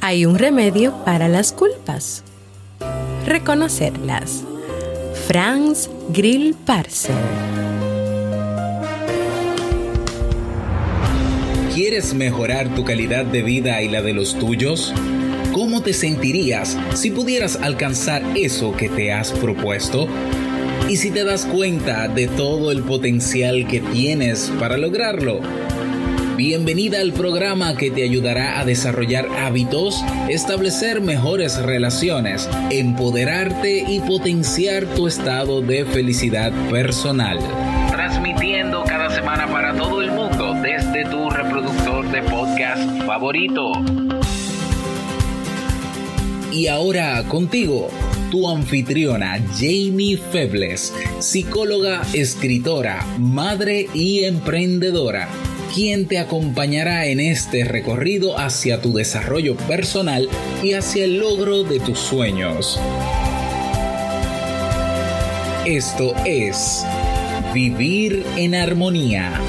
Hay un remedio para las culpas: reconocerlas. Franz Grillparzer. ¿Quieres mejorar tu calidad de vida y la de los tuyos? ¿Cómo te sentirías si pudieras alcanzar eso que te has propuesto? ¿Y si te das cuenta de todo el potencial que tienes para lograrlo? Bienvenida al programa que te ayudará a desarrollar hábitos, establecer mejores relaciones, empoderarte y potenciar tu estado de felicidad personal. Transmitiendo cada semana para todo el mundo desde tu reproductor de podcast favorito. Y ahora contigo, tu anfitriona Jamie Febles, psicóloga, escritora, madre y emprendedora, quien te acompañará en este recorrido hacia tu desarrollo personal y hacia el logro de tus sueños. Esto es Vivir en Armonía.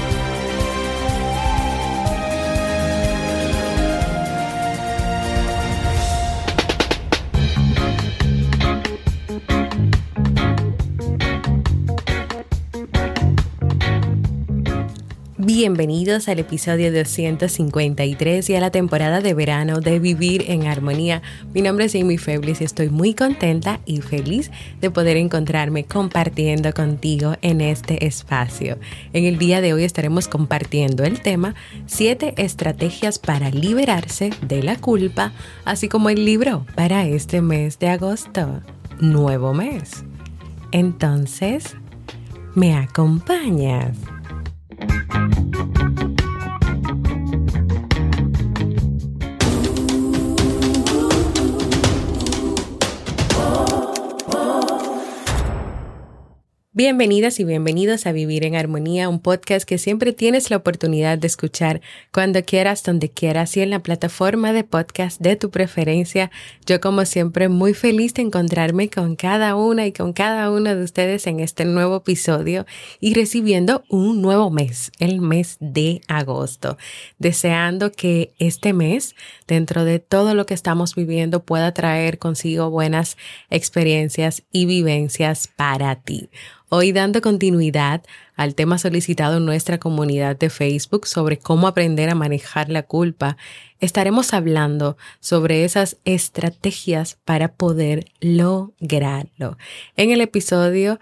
Bienvenidos al episodio 253 y a la temporada de verano de Vivir en Armonía. Mi nombre es Jamie Febles y estoy muy contenta y feliz de poder encontrarme compartiendo contigo en este espacio. En el día de hoy estaremos compartiendo el tema 7 estrategias para liberarse de la culpa, así como el libro para este mes de agosto, nuevo mes. Entonces, ¿me acompañas? Bienvenidas y bienvenidos a Vivir en Armonía, un podcast que siempre tienes la oportunidad de escuchar cuando quieras, donde quieras y en la plataforma de podcast de tu preferencia. Yo, como siempre, muy feliz de encontrarme con cada una y con cada uno de ustedes en este nuevo episodio y recibiendo un nuevo mes, el mes de agosto. Deseando que este mes, dentro de todo lo que estamos viviendo, pueda traer consigo buenas experiencias y vivencias para ti. Hoy, dando continuidad al tema solicitado en nuestra comunidad de Facebook sobre cómo aprender a manejar la culpa, estaremos hablando sobre esas estrategias para poder lograrlo. En el episodio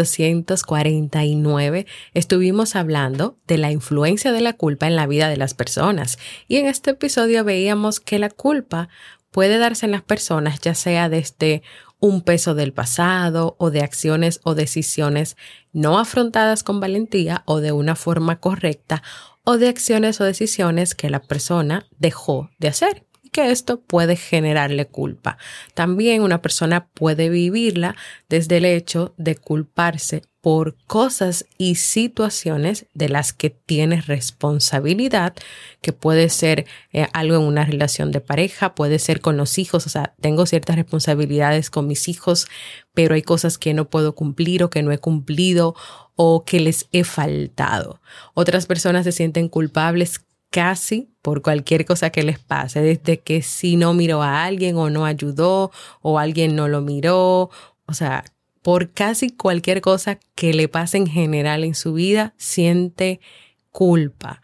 249 estuvimos hablando de la influencia de la culpa en la vida de las personas y en este episodio veíamos que la culpa puede darse en las personas ya sea desde un peso del pasado o de acciones o decisiones no afrontadas con valentía o de una forma correcta o de acciones o decisiones que la persona dejó de hacer y que esto puede generarle culpa. También una persona puede vivirla desde el hecho de culparse por cosas y situaciones de las que tiene responsabilidad, que puede ser algo en una relación de pareja, puede ser con los hijos, o sea, tengo ciertas responsabilidades con mis hijos, pero hay cosas que no puedo cumplir o que no he cumplido o que les he faltado. Otras personas se sienten culpables casi por cualquier cosa que les pase, desde que si no miró a alguien o no ayudó o alguien no lo miró, o sea, por casi cualquier cosa que le pase en general en su vida, siente culpa.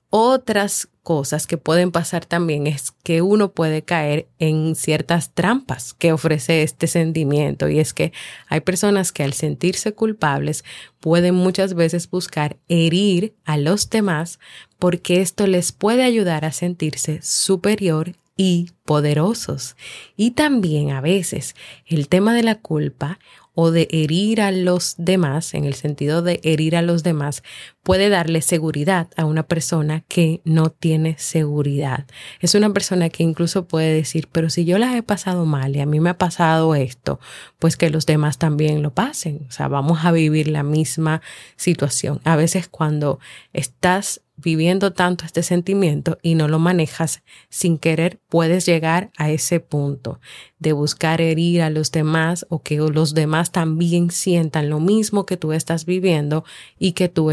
Otras cosas que pueden pasar también es que uno puede caer en ciertas trampas que ofrece este sentimiento. Y es que hay personas que al sentirse culpables pueden muchas veces buscar herir a los demás porque esto les puede ayudar a sentirse superior y poderosos. Y también a veces el tema de la culpa o de herir a los demás, en el sentido de herir a los demás, puede darle seguridad a una persona que no tiene seguridad. Es una persona que incluso puede decir, pero si yo las he pasado mal y a mí me ha pasado esto, pues que los demás también lo pasen. O sea, vamos a vivir la misma situación. A veces cuando estás viviendo tanto este sentimiento y no lo manejas sin querer, puedes llegar a ese punto de buscar herir a los demás o que los demás también sientan lo mismo que tú estás viviendo y que tú estás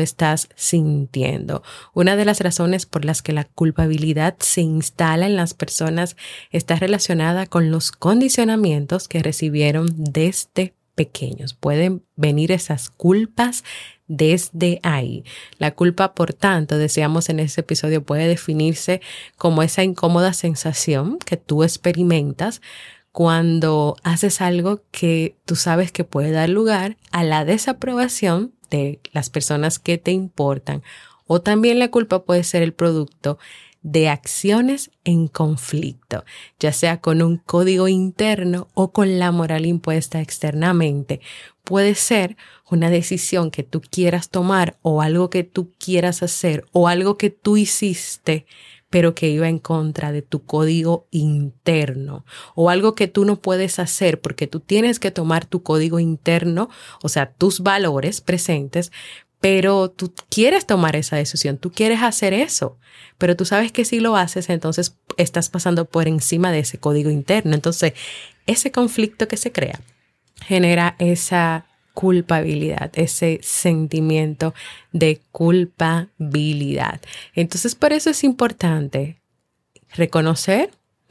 estás sintiendo. Una de las razones por las que la culpabilidad se instala en las personas está relacionada con los condicionamientos que recibieron desde pequeños. Pueden venir esas culpas desde ahí. La culpa, por tanto, decíamos en ese episodio, puede definirse como esa incómoda sensación que tú experimentas cuando haces algo que tú sabes que puede dar lugar a la desaprobación de las personas que te importan. O también la culpa puede ser el producto de acciones en conflicto, ya sea con un código interno o con la moral impuesta externamente. Puede ser una decisión que tú quieras tomar o algo que tú quieras hacer o algo que tú hiciste, pero que iba en contra de tu código interno, o algo que tú no puedes hacer porque tú tienes que tomar tu código interno, o sea, tus valores presentes, pero tú quieres tomar esa decisión, tú quieres hacer eso, pero tú sabes que si lo haces, entonces estás pasando por encima de ese código interno. Entonces, ese conflicto que se crea genera esa culpabilidad, ese sentimiento de culpabilidad. Entonces, por eso es importante reconocer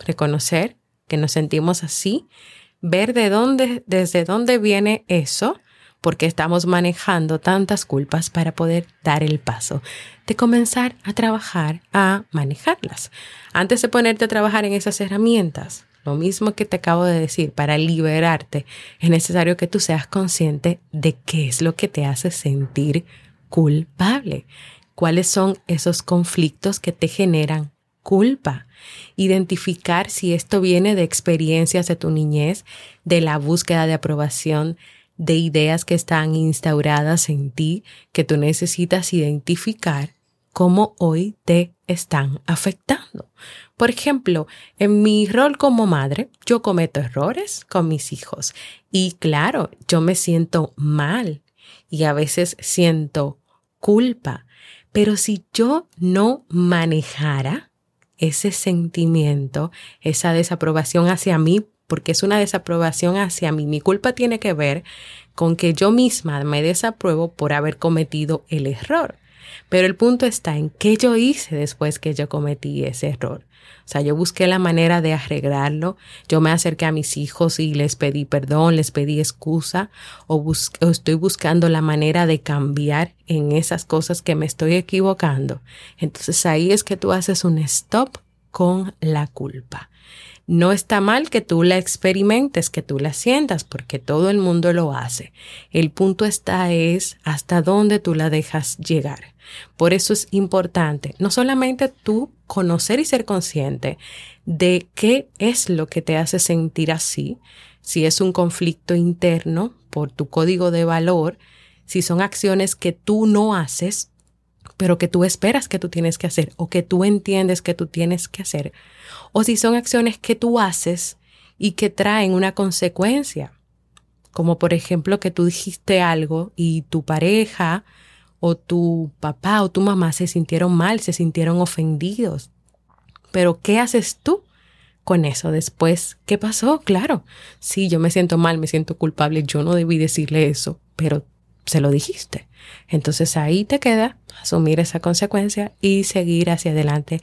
que nos sentimos así, ver desde dónde viene eso, porque estamos manejando tantas culpas, para poder dar el paso de comenzar a trabajar, a manejarlas. Antes de ponerte a trabajar en esas herramientas, lo mismo que te acabo de decir, para liberarte es necesario que tú seas consciente de qué es lo que te hace sentir culpable. ¿Cuáles son esos conflictos que te generan culpa? Identificar si esto viene de experiencias de tu niñez, de la búsqueda de aprobación, de ideas que están instauradas en ti, que tú necesitas identificar cómo hoy te están afectando. Por ejemplo, en mi rol como madre, yo cometo errores con mis hijos y claro, yo me siento mal y a veces siento culpa, pero si yo no manejara ese sentimiento, esa desaprobación hacia mí, porque es una desaprobación hacia mí. Mi culpa tiene que ver con que yo misma me desapruebo por haber cometido el error. Pero el punto está en qué yo hice después que yo cometí ese error. O sea, yo busqué la manera de arreglarlo. Yo me acerqué a mis hijos y les pedí perdón, les pedí excusa o estoy buscando la manera de cambiar en esas cosas que me estoy equivocando. Entonces ahí es que tú haces un stop con la culpa. No está mal que tú la experimentes, que tú la sientas, porque todo el mundo lo hace. El punto es hasta dónde tú la dejas llegar. Por eso es importante no solamente tú conocer y ser consciente de qué es lo que te hace sentir así, si es un conflicto interno por tu código de valor, si son acciones que tú no haces, pero que tú esperas que tú tienes que hacer o que tú entiendes que tú tienes que hacer, o si son acciones que tú haces y que traen una consecuencia, como por ejemplo que tú dijiste algo y tu pareja o tu papá o tu mamá se sintieron mal, se sintieron ofendidos. Pero ¿qué haces tú con eso después? ¿Qué pasó? Claro, sí, yo me siento mal, me siento culpable, yo no debí decirle eso, pero se lo dijiste. Entonces ahí te queda asumir esa consecuencia y seguir hacia adelante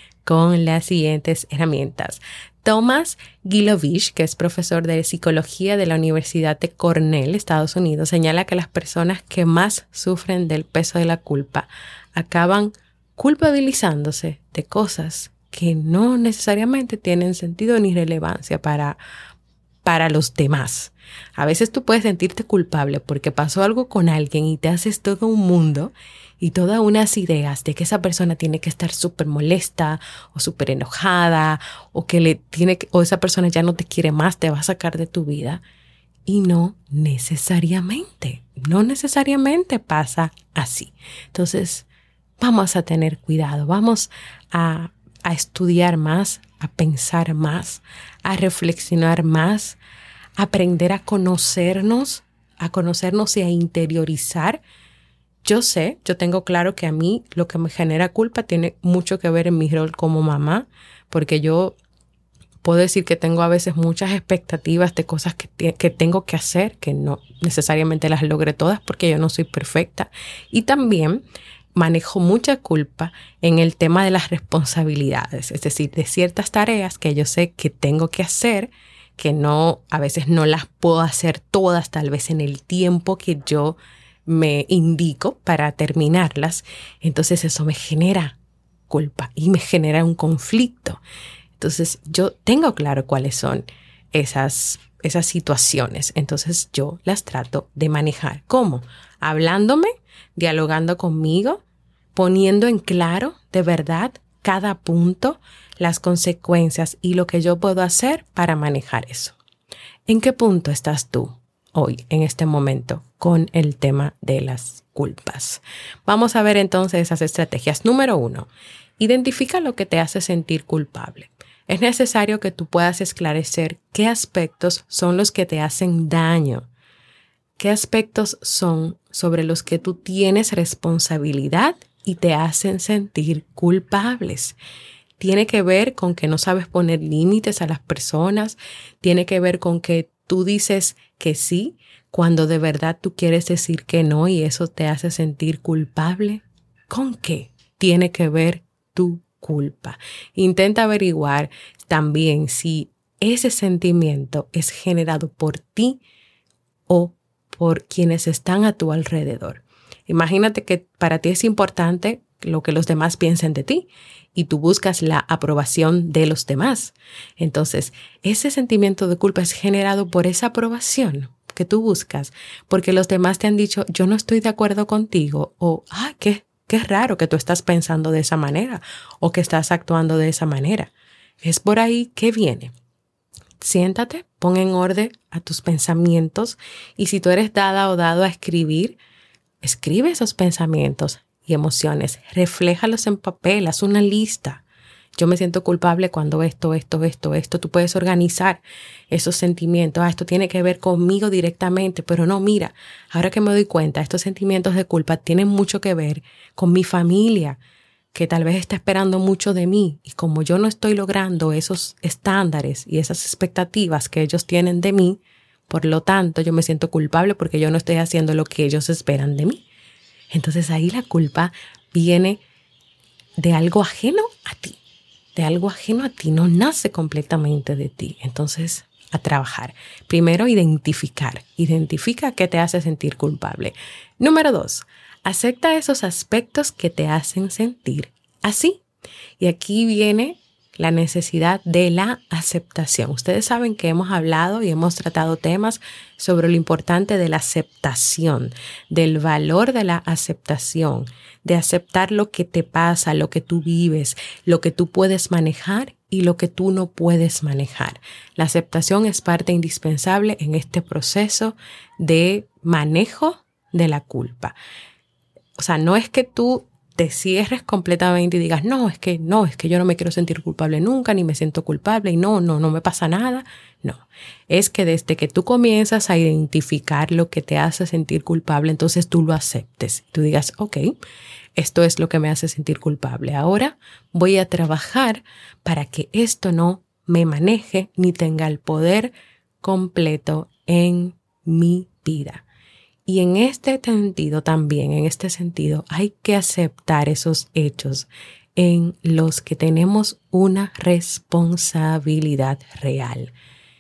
con las siguientes herramientas. Thomas Gilovich, que es profesor de psicología de la Universidad de Cornell, Estados Unidos, señala que las personas que más sufren del peso de la culpa acaban culpabilizándose de cosas que no necesariamente tienen sentido ni relevancia para los demás. A veces tú puedes sentirte culpable porque pasó algo con alguien y te haces todo un mundo y todas unas ideas de que esa persona tiene que estar súper molesta o súper enojada o o esa persona ya no te quiere más, te va a sacar de tu vida. Y no necesariamente pasa así. Entonces, vamos a tener cuidado, vamos a estudiar más, a pensar más, a reflexionar más, a aprender a conocernos y a interiorizar. Yo tengo claro que a mí lo que me genera culpa tiene mucho que ver en mi rol como mamá, porque yo puedo decir que tengo a veces muchas expectativas de cosas que tengo que hacer, que no necesariamente las logré todas porque yo no soy perfecta. Y también manejo mucha culpa en el tema de las responsabilidades, es decir, de ciertas tareas que yo sé que tengo que hacer, que a veces no las puedo hacer todas, tal vez en el tiempo que yo me indico para terminarlas. Entonces eso me genera culpa y me genera un conflicto. Entonces yo tengo claro cuáles son esas situaciones. Entonces yo las trato de manejar. ¿Cómo? Hablándome, dialogando conmigo, poniendo en claro de verdad cada punto, las consecuencias y lo que yo puedo hacer para manejar eso. ¿En qué punto estás tú hoy, en este momento, con el tema de las culpas? Vamos a ver entonces esas estrategias. Número 1, identifica lo que te hace sentir culpable. Es necesario que tú puedas esclarecer qué aspectos son los que te hacen daño, qué aspectos son sobre los que tú tienes responsabilidad y te hacen sentir culpables. Tiene que ver con que no sabes poner límites a las personas, tiene que ver con que tú dices que sí cuando de verdad tú quieres decir que no y eso te hace sentir culpable. ¿Con qué tiene que ver tu culpa? Intenta averiguar también si ese sentimiento es generado por ti o por quienes están a tu alrededor. Imagínate que para ti es importante lo que los demás piensen de ti y tú buscas la aprobación de los demás. Entonces, ese sentimiento de culpa es generado por esa aprobación que tú buscas, porque los demás te han dicho, yo no estoy de acuerdo contigo, o, qué raro que tú estás pensando de esa manera, o que estás actuando de esa manera. Es por ahí que viene. Siéntate, pon en orden a tus pensamientos y si tú eres dada o dado a escribir, escribe esos pensamientos y emociones, refléjalos en papel, haz una lista. Yo me siento culpable cuando esto. Tú puedes organizar esos sentimientos. Esto tiene que ver conmigo directamente, pero no, mira, ahora que me doy cuenta, estos sentimientos de culpa tienen mucho que ver con mi familia, que tal vez está esperando mucho de mí. Y como yo no estoy logrando esos estándares y esas expectativas que ellos tienen de mí, por lo tanto, yo me siento culpable porque yo no estoy haciendo lo que ellos esperan de mí. Entonces ahí la culpa viene de algo ajeno a ti. De algo ajeno a ti, no nace completamente de ti. Entonces, a trabajar. Primero, identifica qué te hace sentir culpable. Número 2, acepta esos aspectos que te hacen sentir así. Y aquí viene la necesidad de la aceptación. Ustedes saben que hemos hablado y hemos tratado temas sobre lo importante de la aceptación, del valor de la aceptación, de aceptar lo que te pasa, lo que tú vives, lo que tú puedes manejar y lo que tú no puedes manejar. La aceptación es parte indispensable en este proceso de manejo de la culpa. O sea, no es que tú te cierres completamente y digas, no, es que yo no me quiero sentir culpable nunca, ni me siento culpable y no me pasa nada. No, es que desde que tú comienzas a identificar lo que te hace sentir culpable, entonces tú lo aceptes. Tú digas, ok, esto es lo que me hace sentir culpable. Ahora voy a trabajar para que esto no me maneje ni tenga el poder completo en mi vida. Y en este sentido también, hay que aceptar esos hechos en los que tenemos una responsabilidad real.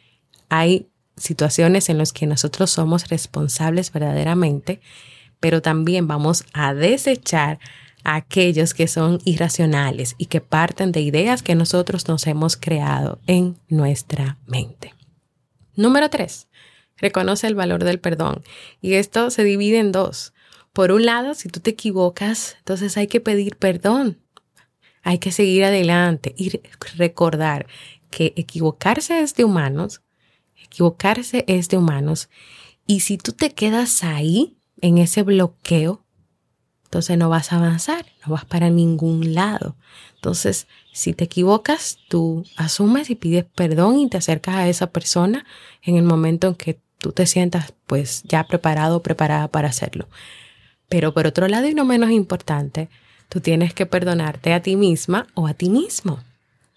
Hay situaciones en las que nosotros somos responsables verdaderamente, pero también vamos a desechar a aquellos que son irracionales y que parten de ideas que nosotros nos hemos creado en nuestra mente. Número 3. Reconoce el valor del perdón. Y esto se divide en 2. Por un lado, si tú te equivocas, entonces hay que pedir perdón. Hay que seguir adelante y recordar que equivocarse es de humanos. Y si tú te quedas ahí, en ese bloqueo, entonces no vas a avanzar, no vas para ningún lado. Entonces, si te equivocas, tú asumes y pides perdón y te acercas a esa persona en el momento en que tú te sientas pues ya preparado o preparada para hacerlo. Pero por otro lado y no menos importante, tú tienes que perdonarte a ti misma o a ti mismo.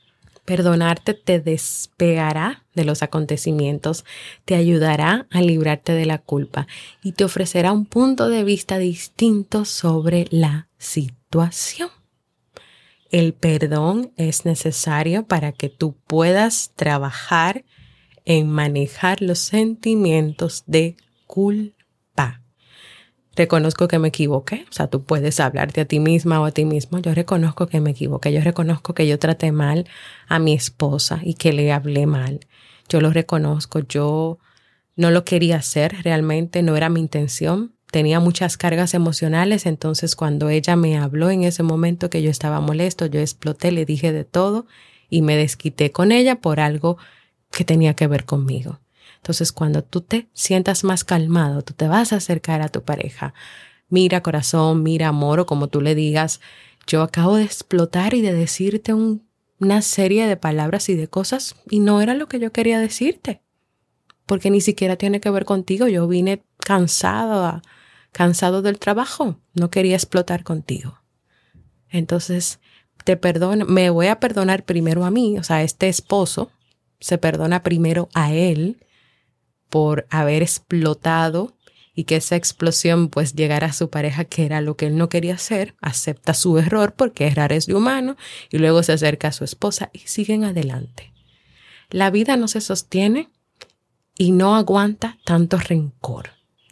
Perdonarte te despegará de los acontecimientos, te ayudará a librarte de la culpa y te ofrecerá un punto de vista distinto sobre la situación. El perdón es necesario para que tú puedas trabajar en manejar los sentimientos de culpa. Reconozco que me equivoqué, o sea, tú puedes hablarte a ti misma o a ti mismo. Yo reconozco que me equivoqué, yo reconozco que yo traté mal a mi esposa y que le hablé mal. Yo lo reconozco, yo no lo quería hacer realmente, no era mi intención. Tenía muchas cargas emocionales, entonces cuando ella me habló en ese momento que yo estaba molesto, yo exploté, le dije de todo y me desquité con ella por algo que tenía que ver conmigo. Entonces, cuando tú te sientas más calmado, tú te vas a acercar a tu pareja. Mira, corazón, mira, amor, o como tú le digas, yo acabo de explotar y de decirte una serie de palabras y de cosas y no era lo que yo quería decirte, porque ni siquiera tiene que ver contigo. Yo vine cansado del trabajo, no quería explotar contigo. Entonces, te perdono, me voy a perdonar primero a mí, o sea, este esposo se perdona primero a él por haber explotado y que esa explosión pues llegara a su pareja, que era lo que él no quería hacer. Acepta su error porque errar es de humano y luego se acerca a su esposa y siguen adelante. La vida no se sostiene y no aguanta tanto rencor.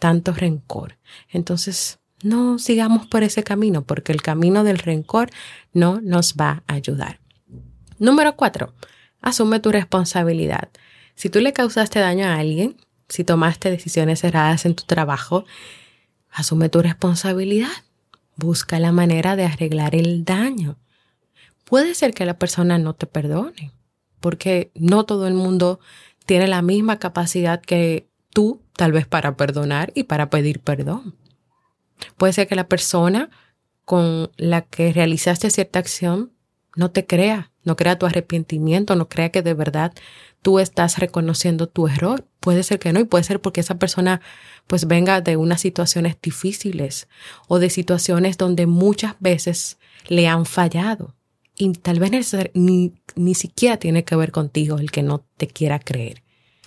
Entonces no sigamos por ese camino porque el camino del rencor no nos va a ayudar. Número 4. Asume tu responsabilidad. Si tú le causaste daño a alguien, si tomaste decisiones erradas en tu trabajo, asume tu responsabilidad. Busca la manera de arreglar el daño. Puede ser que la persona no te perdone, porque no todo el mundo tiene la misma capacidad que tú, tal vez para perdonar y para pedir perdón. Puede ser que la persona con la que realizaste cierta acción no te crea, no crea tu arrepentimiento, no crea que de verdad tú estás reconociendo tu error. Puede ser que no, y puede ser porque esa persona pues venga de unas situaciones difíciles o de situaciones donde muchas veces le han fallado. Y tal vez ni siquiera tiene que ver contigo el que no te quiera creer.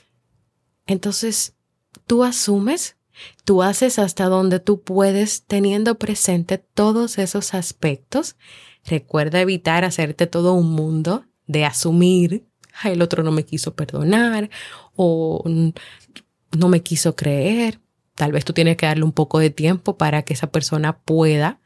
Entonces, tú asumes, tú haces hasta donde tú puedes teniendo presente todos esos aspectos. Recuerda evitar hacerte todo un mundo de asumir, el otro no me quiso perdonar o no me quiso creer. Tal vez tú tienes que darle un poco de tiempo para que esa persona pueda,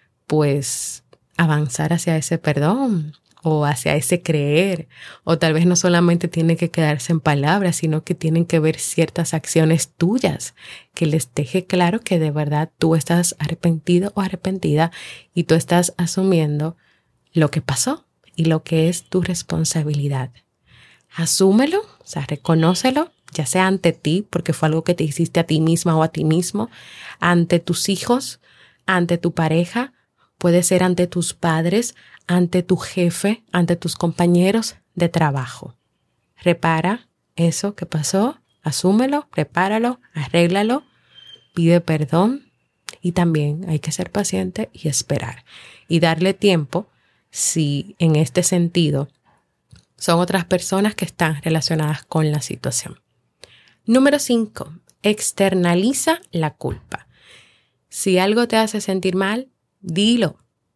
pues, avanzar hacia ese perdón o hacia ese creer. O tal vez no solamente tiene que quedarse en palabras, sino que tienen que ver ciertas acciones tuyas que les deje claro que de verdad tú estás arrepentido o arrepentida y tú estás asumiendo lo que pasó y lo que es tu responsabilidad. Asúmelo, o sea, reconócelo, ya sea ante ti, porque fue algo que te hiciste a ti misma o a ti mismo, ante tus hijos, ante tu pareja, puede ser ante tus padres, ante tu jefe, ante tus compañeros de trabajo. Repara eso que pasó, asúmelo, repáralo, arréglalo, pide perdón y también hay que ser paciente y esperar y darle tiempo si en este sentido son otras personas que están relacionadas con la situación. Número 5. Externaliza la culpa. Si algo te hace sentir mal, dilo.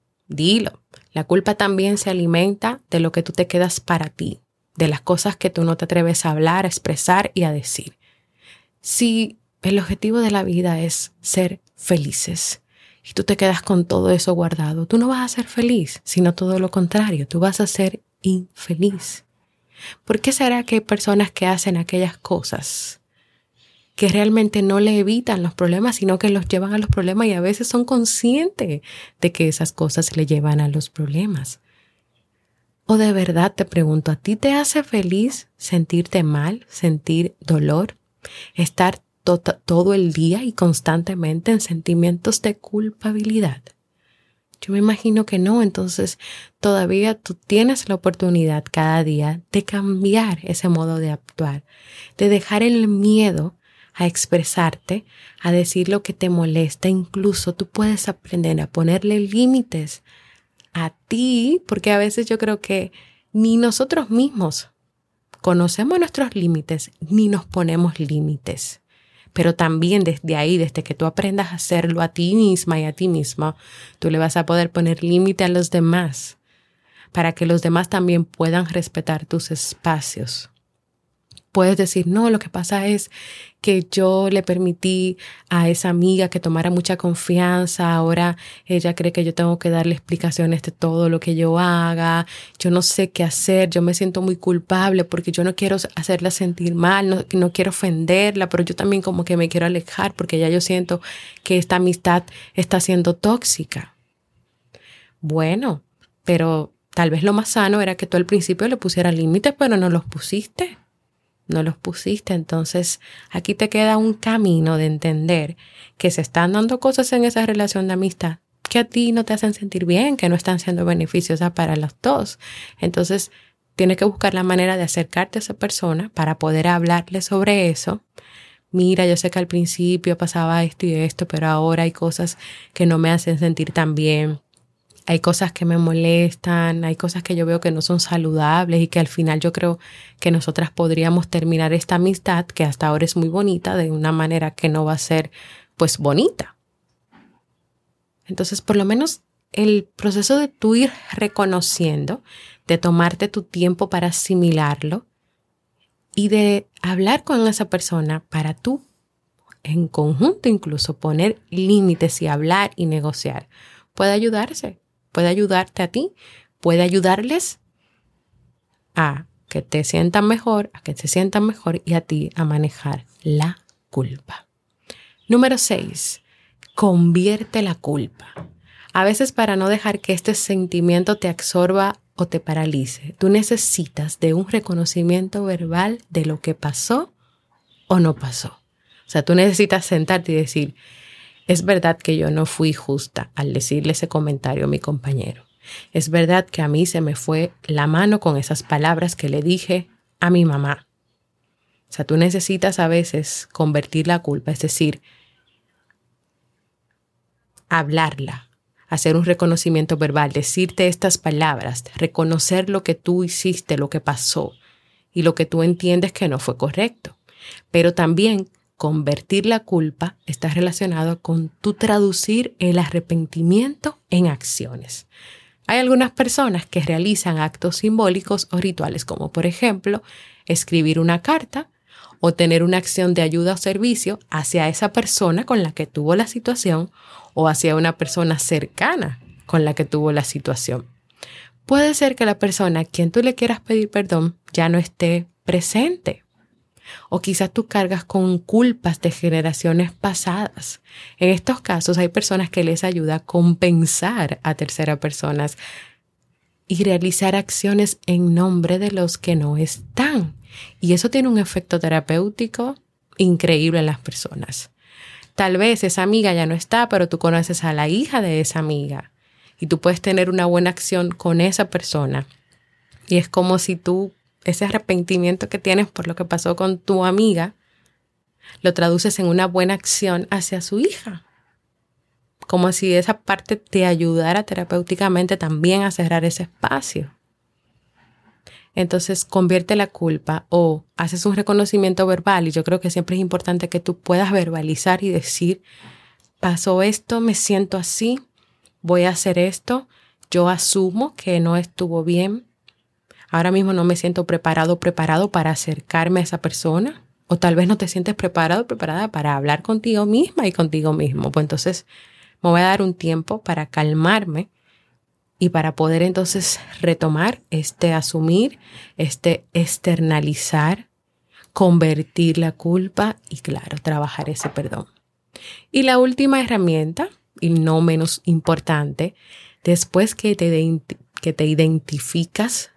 La culpa también se alimenta de lo que tú te quedas para ti, de las cosas que tú no te atreves a hablar, a expresar y a decir. Si el objetivo de la vida es ser felices y tú te quedas con todo eso guardado, tú no vas a ser feliz, sino todo lo contrario, tú vas a ser infeliz. ¿Por qué será que hay personas que hacen aquellas cosas que realmente no le evitan los problemas, sino que los llevan a los problemas y a veces son conscientes de que esas cosas le llevan a los problemas? O de verdad te pregunto, ¿a ti te hace feliz sentirte mal, sentir dolor, estar todo el día y constantemente en sentimientos de culpabilidad? Yo me imagino que no, entonces todavía tú tienes la oportunidad cada día de cambiar ese modo de actuar, de dejar el miedo a expresarte, a decir lo que te molesta. Incluso tú puedes aprender a ponerle límites a ti, porque a veces yo creo que ni nosotros mismos conocemos nuestros límites ni nos ponemos límites. Pero también desde ahí, desde que tú aprendas a hacerlo a ti misma y a ti mismo, tú le vas a poder poner límite a los demás para que los demás también puedan respetar tus espacios. Puedes decir, no, lo que pasa es que yo le permití a esa amiga que tomara mucha confianza. Ahora ella cree que yo tengo que darle explicaciones de todo lo que yo haga. Yo no sé qué hacer. Yo me siento muy culpable porque yo no quiero hacerla sentir mal, no quiero ofenderla, pero yo también como que me quiero alejar porque ya yo siento que esta amistad está siendo tóxica. Bueno, pero tal vez lo más sano era que tú al principio le pusieras límites, pero no los pusiste. Entonces aquí te queda un camino de entender que se están dando cosas en esa relación de amistad que a ti no te hacen sentir bien, que no están siendo beneficiosas para los dos. Entonces tienes que buscar la manera de acercarte a esa persona para poder hablarle sobre eso. Mira, yo sé que al principio pasaba esto y esto, pero ahora hay cosas que no me hacen sentir tan bien. Hay cosas que me molestan, hay cosas que yo veo que no son saludables y que al final yo creo que nosotras podríamos terminar esta amistad que hasta ahora es muy bonita de una manera que no va a ser pues bonita. Entonces por lo menos el proceso de tú ir reconociendo, de tomarte tu tiempo para asimilarlo y de hablar con esa persona para tú en conjunto incluso poner límites y hablar y negociar puede ayudarte a ti, puede ayudarles a que te sientan mejor, a que se sientan mejor y a ti a manejar la culpa. Número 6, convierte la culpa. A veces para no dejar que este sentimiento te absorba o te paralice, tú necesitas de un reconocimiento verbal de lo que pasó o no pasó. O sea, tú necesitas sentarte y decir, es verdad que yo no fui justa al decirle ese comentario a mi compañero. Es verdad que a mí se me fue la mano con esas palabras que le dije a mi mamá. O sea, tú necesitas a veces convertir la culpa, es decir, hablarla, hacer un reconocimiento verbal, decirte estas palabras, reconocer lo que tú hiciste, lo que pasó y lo que tú entiendes que no fue correcto. Pero también convertir la culpa está relacionado con tú traducir el arrepentimiento en acciones. Hay algunas personas que realizan actos simbólicos o rituales, como por ejemplo, escribir una carta o tener una acción de ayuda o servicio hacia esa persona con la que tuvo la situación o hacia una persona cercana con la que tuvo la situación. Puede ser que la persona a quien tú le quieras pedir perdón ya no esté presente. O quizás tú cargas con culpas de generaciones pasadas. En estos casos hay personas que les ayuda a compensar a terceras personas y realizar acciones en nombre de los que no están. Y eso tiene un efecto terapéutico increíble en las personas. Tal vez esa amiga ya no está, pero tú conoces a la hija de esa amiga y tú puedes tener una buena acción con esa persona. Y es como si tú ese arrepentimiento que tienes por lo que pasó con tu amiga, lo traduces en una buena acción hacia su hija. Como si esa parte te ayudara terapéuticamente también a cerrar ese espacio. Entonces, convierte la culpa o haces un reconocimiento verbal. Y yo creo que siempre es importante que tú puedas verbalizar y decir, pasó esto, me siento así, voy a hacer esto, yo asumo que no estuvo bien. Ahora mismo no me siento preparado para acercarme a esa persona. O tal vez no te sientes preparada para hablar contigo misma y contigo mismo. Pues entonces me voy a dar un tiempo para calmarme y para poder entonces retomar asumir, externalizar, convertir la culpa y claro, trabajar ese perdón. Y la última herramienta, y no menos importante, después que te identificas,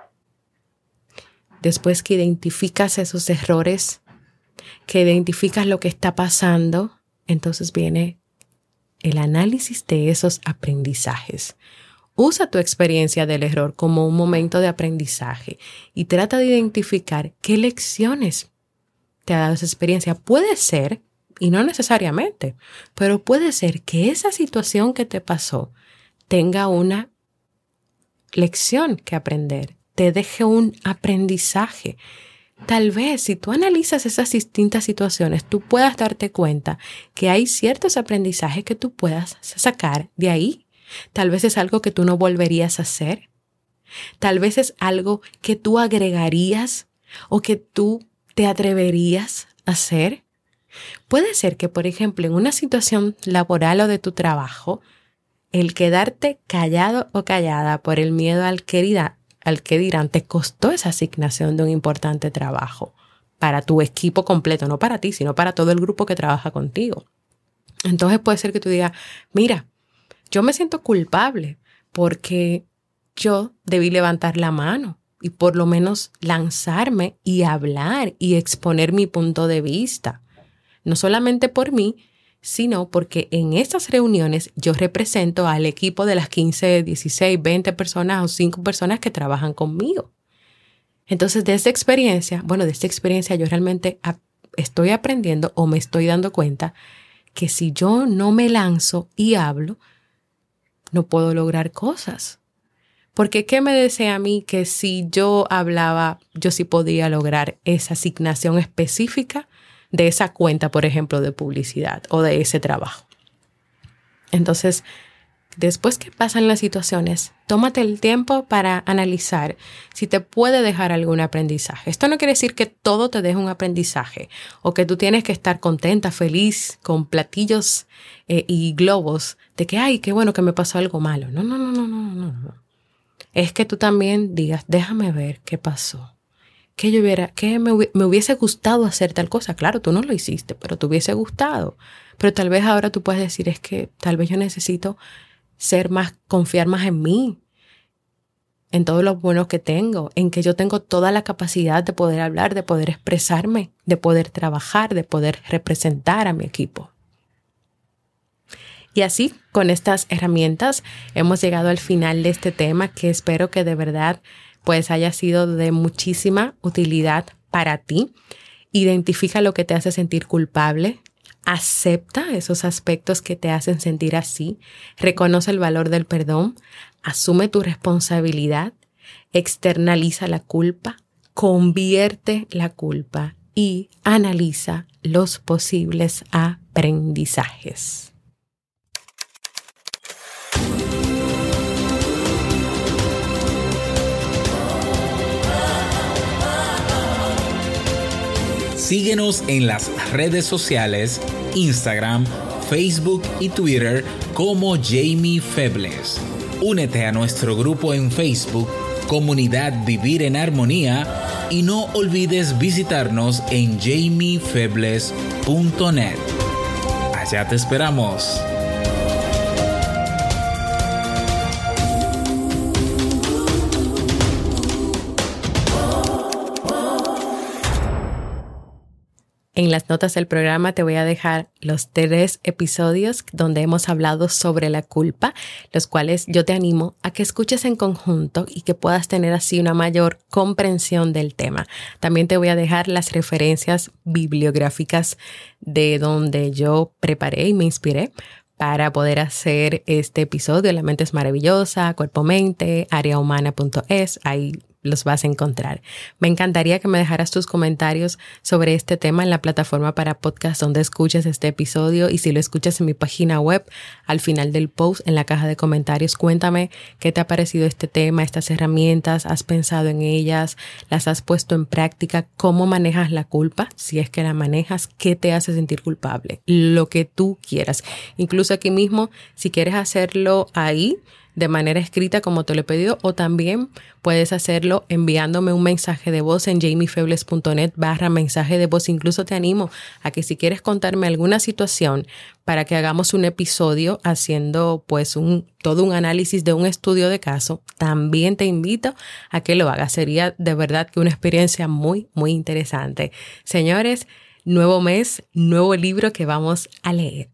después que identificas esos errores, que identificas lo que está pasando, entonces viene el análisis de esos aprendizajes. Usa tu experiencia del error como un momento de aprendizaje y trata de identificar qué lecciones te ha dado esa experiencia. Puede ser, y no necesariamente, pero puede ser que esa situación que te pasó tenga una lección que aprender. te deje un aprendizaje. Tal vez si tú analizas esas distintas situaciones, tú puedas darte cuenta que hay ciertos aprendizajes que tú puedas sacar de ahí. Tal vez es algo que tú no volverías a hacer. Tal vez es algo que tú agregarías o que tú te atreverías a hacer. Puede ser que, por ejemplo, en una situación laboral o de tu trabajo, el quedarte callado o callada por el miedo al que dirán te costó esa asignación de un importante trabajo para tu equipo completo, no para ti, sino para todo el grupo que trabaja contigo. Entonces puede ser que tú digas, mira, yo me siento culpable porque yo debí levantar la mano y por lo menos lanzarme y hablar y exponer mi punto de vista. No solamente por mí, sino porque en estas reuniones yo represento al equipo de las 15, 16, 20 personas o 5 personas que trabajan conmigo. Entonces, de esta experiencia yo realmente estoy aprendiendo o me estoy dando cuenta que si yo no me lanzo y hablo, no puedo lograr cosas. Porque ¿qué me decía a mí que si yo hablaba, yo sí podía lograr esa asignación específica de esa cuenta, por ejemplo, de publicidad o de ese trabajo? Entonces, después que pasan las situaciones, tómate el tiempo para analizar si te puede dejar algún aprendizaje. Esto no quiere decir que todo te deje un aprendizaje o que tú tienes que estar contenta, feliz, con platillos y globos de que, ay, qué bueno que me pasó algo malo. No. Es que tú también digas, déjame ver qué pasó. Que me hubiese gustado hacer tal cosa. Claro, tú no lo hiciste, pero te hubiese gustado. Pero tal vez ahora tú puedes decir, es que tal vez yo necesito confiar más en mí, en todo lo bueno que tengo, en que yo tengo toda la capacidad de poder hablar, de poder expresarme, de poder trabajar, de poder representar a mi equipo. Y así, con estas herramientas, hemos llegado al final de este tema que espero que de verdad pues haya sido de muchísima utilidad para ti. Identifica lo que te hace sentir culpable. Acepta esos aspectos que te hacen sentir así. Reconoce el valor del perdón. Asume tu responsabilidad. Externaliza la culpa. Convierte la culpa y analiza los posibles aprendizajes. Síguenos en las redes sociales, Instagram, Facebook y Twitter como Jamie Febles. Únete a nuestro grupo en Facebook, Comunidad Vivir en Armonía, y no olvides visitarnos en jamiefebles.net. Allá te esperamos. En las notas del programa te voy a dejar los 3 episodios donde hemos hablado sobre la culpa, los cuales yo te animo a que escuches en conjunto y que puedas tener así una mayor comprensión del tema. También te voy a dejar las referencias bibliográficas de donde yo preparé y me inspiré para poder hacer este episodio. La mente es maravillosa, cuerpo-mente, areahumana.es, ahí los vas a encontrar. Me encantaría que me dejaras tus comentarios sobre este tema en la plataforma para podcast donde escuches este episodio, y si lo escuchas en mi página web, al final del post, en la caja de comentarios, cuéntame qué te ha parecido este tema, estas herramientas, has pensado en ellas, las has puesto en práctica, cómo manejas la culpa, si es que la manejas, qué te hace sentir culpable, lo que tú quieras. Incluso aquí mismo, si quieres hacerlo ahí, de manera escrita como te lo he pedido, o también puedes hacerlo enviándome un mensaje de voz en jamiefebles.net/mensaje de voz. Incluso te animo a que si quieres contarme alguna situación para que hagamos un episodio haciendo pues todo un análisis de un estudio de caso, también te invito a que lo hagas. Sería de verdad que una experiencia muy, muy interesante. Señores, nuevo mes, nuevo libro que vamos a leer.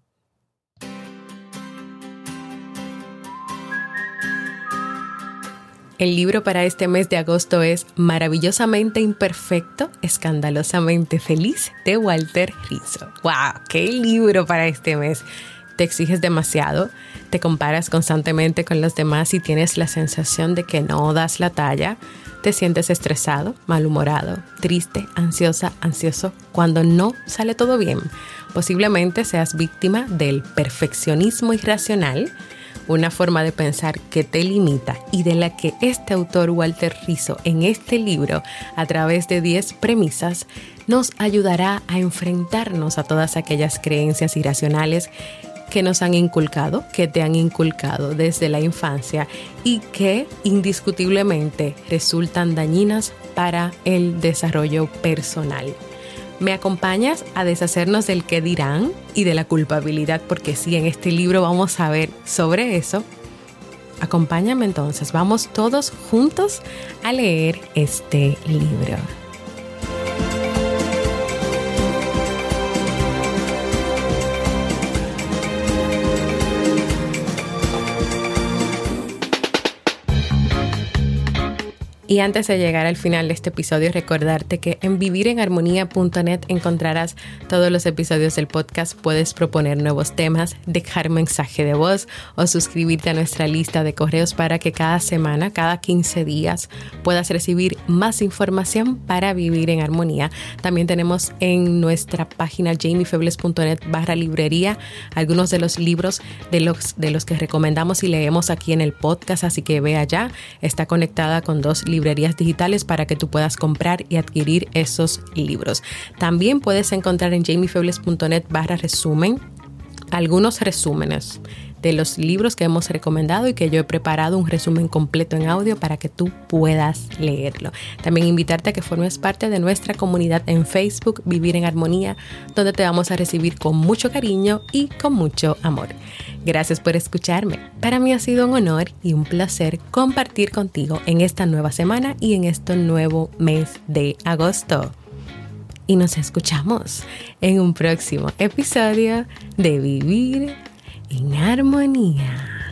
El libro para este mes de agosto es Maravillosamente Imperfecto, Escandalosamente Feliz, de Walter Rizzo. ¡Wow! ¡Qué libro para este mes! te exiges demasiado, te comparas constantemente con los demás y tienes la sensación de que no das la talla, te sientes estresado, malhumorado, triste, ansioso cuando no sale todo bien. Posiblemente seas víctima del perfeccionismo irracional, una forma de pensar que te limita y de la que este autor Walter Rizzo en este libro, a través de 10 premisas, nos ayudará a enfrentarnos a todas aquellas creencias irracionales que nos han inculcado, que te han inculcado desde la infancia y que indiscutiblemente resultan dañinas para el desarrollo personal. ¿Me acompañas a deshacernos del qué dirán y de la culpabilidad? Porque sí, en este libro vamos a ver sobre eso. Acompáñame entonces, vamos todos juntos a leer este libro. Y antes de llegar al final de este episodio, recordarte que en vivirenharmonía.net encontrarás todos los episodios del podcast. Puedes proponer nuevos temas, dejar mensaje de voz o suscribirte a nuestra lista de correos para que cada semana, cada 15 días, puedas recibir más información para vivir en armonía. También tenemos en nuestra página jamiefebles.net/librería algunos de los libros de los que recomendamos y leemos aquí en el podcast, así que ve allá. Está conectada con 2 librerías digitales para que tú puedas comprar y adquirir esos libros. También puedes encontrar en jamiefebles.net/resumen algunos resúmenes de los libros que hemos recomendado y que yo he preparado un resumen completo en audio para que tú puedas leerlo. También invitarte a que formes parte de nuestra comunidad en Facebook, Vivir en Armonía, donde te vamos a recibir con mucho cariño y con mucho amor. Gracias por escucharme. Para mí ha sido un honor y un placer compartir contigo en esta nueva semana y en este nuevo mes de agosto. Y nos escuchamos en un próximo episodio de Vivir en Armonía.